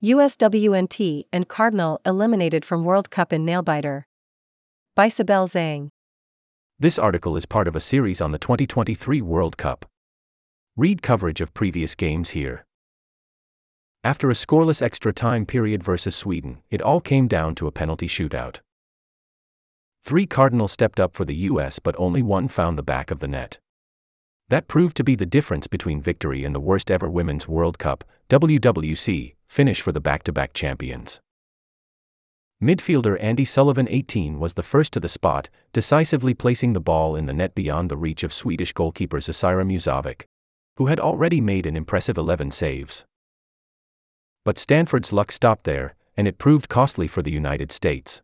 USWNT and Cardinal eliminated from World Cup in Nailbiter. By Sibel Zhang. This article is part of a series on the 2023 World Cup. Read coverage of previous games here. After a scoreless extra time period versus Sweden, it all came down to a penalty shootout. 3 Cardinal stepped up for the US, but only 1 found the back of the net. That proved to be the difference between victory and the worst ever Women's World Cup, WWC, finish for the back-to-back champions. Midfielder Andi Sullivan, 18, was the first to the spot, decisively placing the ball in the net beyond the reach of Swedish goalkeeper Zecira Musovic, who had already made an impressive 11 saves. But Stanford's luck stopped there, and it proved costly for the United States.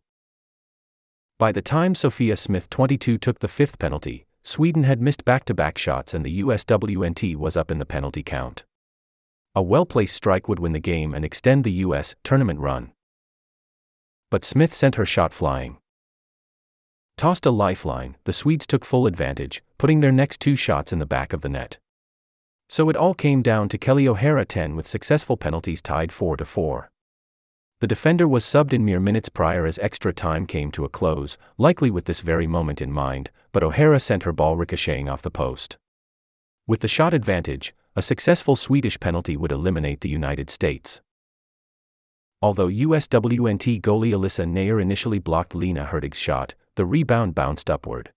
By the time Sophia Smith, 22, took the 5th penalty, Sweden had missed back-to-back shots and the USWNT was up in the penalty count. A well-placed strike would win the game and extend the US tournament run. But Smith sent her shot flying. Tossed a lifeline, the Swedes took full advantage, putting their next 2 shots in the back of the net. So it all came down to Kelly O'Hara, 10, with successful penalties tied 4-4. The defender was subbed in mere minutes prior as extra time came to a close, likely with this very moment in mind, but O'Hara sent her ball ricocheting off the post. With the shot advantage, a successful Swedish penalty would eliminate the United States. Although USWNT goalie Alyssa Nair initially blocked Lena Hurtig's shot, the rebound bounced upward.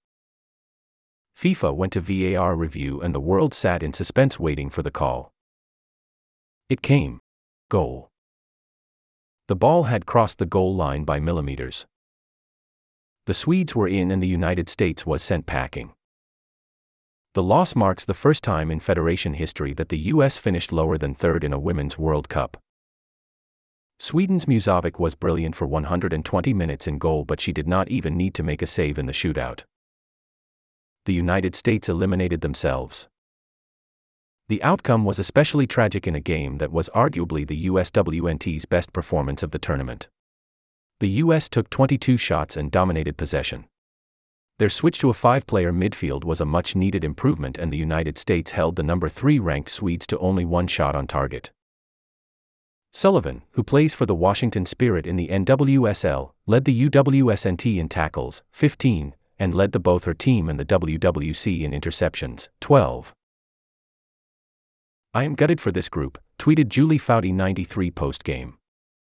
FIFA went to VAR review and the world sat in suspense waiting for the call. It came. Goal. The ball had crossed the goal line by millimeters. The Swedes were in and the United States was sent packing. The loss marks the first time in Federation history that the US finished lower than 3rd in a Women's World Cup. Sweden's Musovic was brilliant for 120 minutes in goal, but she did not even need to make a save in the shootout. The United States eliminated themselves. The outcome was especially tragic in a game that was arguably the USWNT's best performance of the tournament. The US took 22 shots and dominated possession. Their switch to a 5-player midfield was a much-needed improvement, and the United States held the number 3 ranked Swedes to only 1 shot on target. Sullivan, who plays for the Washington Spirit in the NWSL, led the UWSNT in tackles, 15, and led both her team and the WWC in interceptions, 12. "I am gutted for this group," tweeted Julie Foudy, 93, post-game.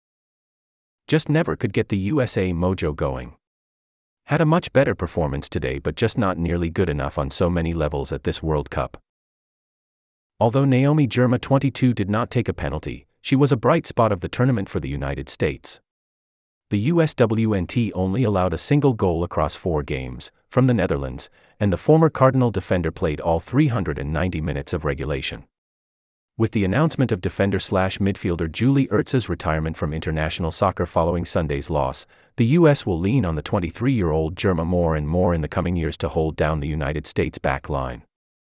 "Just never could get the USA mojo going. Had a much better performance today, but just not nearly good enough on so many levels at this World Cup." Although Naomi Girma, 22, did not take a penalty, she was a bright spot of the tournament for the United States. The USWNT only allowed a single goal across 4 games, from the Netherlands, and the former Cardinal defender played all 390 minutes of regulation. With the announcement of defender/midfielder Julie Ertz's retirement from international soccer following Sunday's loss, the US will lean on the 23-year-old Girma more and more in the coming years to hold down the United States back line.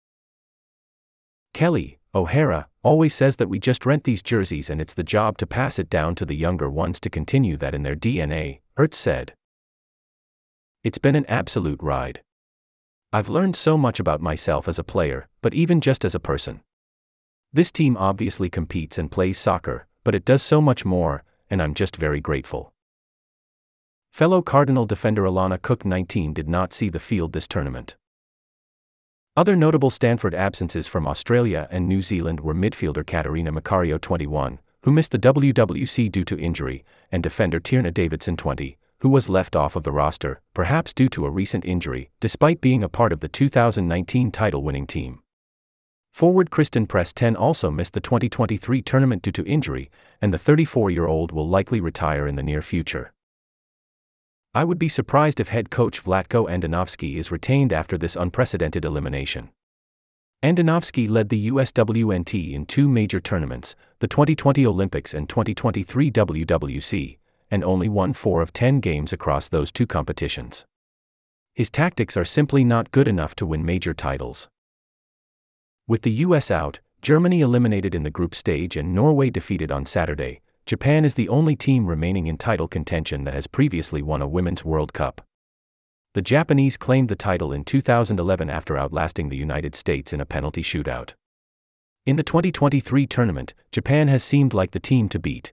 Kelly O'Hara always says that we just rent these jerseys and it's the job to pass it down to the younger ones to continue that in their DNA, Ertz said. "It's been an absolute ride. I've learned so much about myself as a player, but even just as a person. This team obviously competes and plays soccer, but it does so much more, and I'm just very grateful." Fellow Cardinal defender Alana Cook, 19, did not see the field this tournament. Other notable Stanford absences from Australia and New Zealand were midfielder Katarina Macario, 21, who missed the WWC due to injury, and defender Tierna Davidson, 20, who was left off of the roster, perhaps due to a recent injury, despite being a part of the 2019 title-winning team. Forward Kristen Press, 10, also missed the 2023 tournament due to injury, and the 34-year-old will likely retire in the near future. I would be surprised if head coach Vlatko Andonovski is retained after this unprecedented elimination. Andonovski led the USWNT in 2 major tournaments, the 2020 Olympics and 2023 WWC, and only won 4 of 10 games across those 2 competitions. His tactics are simply not good enough to win major titles. With the US out, Germany eliminated in the group stage and Norway defeated on Saturday, Japan is the only team remaining in title contention that has previously won a Women's World Cup. The Japanese claimed the title in 2011 after outlasting the United States in a penalty shootout. In the 2023 tournament, Japan has seemed like the team to beat.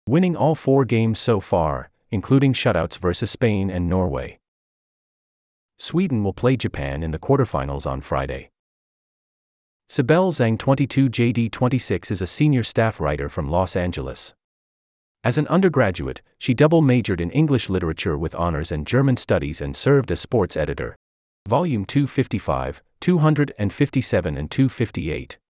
winning all 4 games so far, including shutouts versus Spain and Norway. Sweden will play Japan in the quarterfinals on Friday. Sibel Zhang 22 JD 26 is a senior staff writer from Los Angeles. As an undergraduate, she double majored in English literature with honors and German studies and served as sports editor. Volume 255, 257 and 258.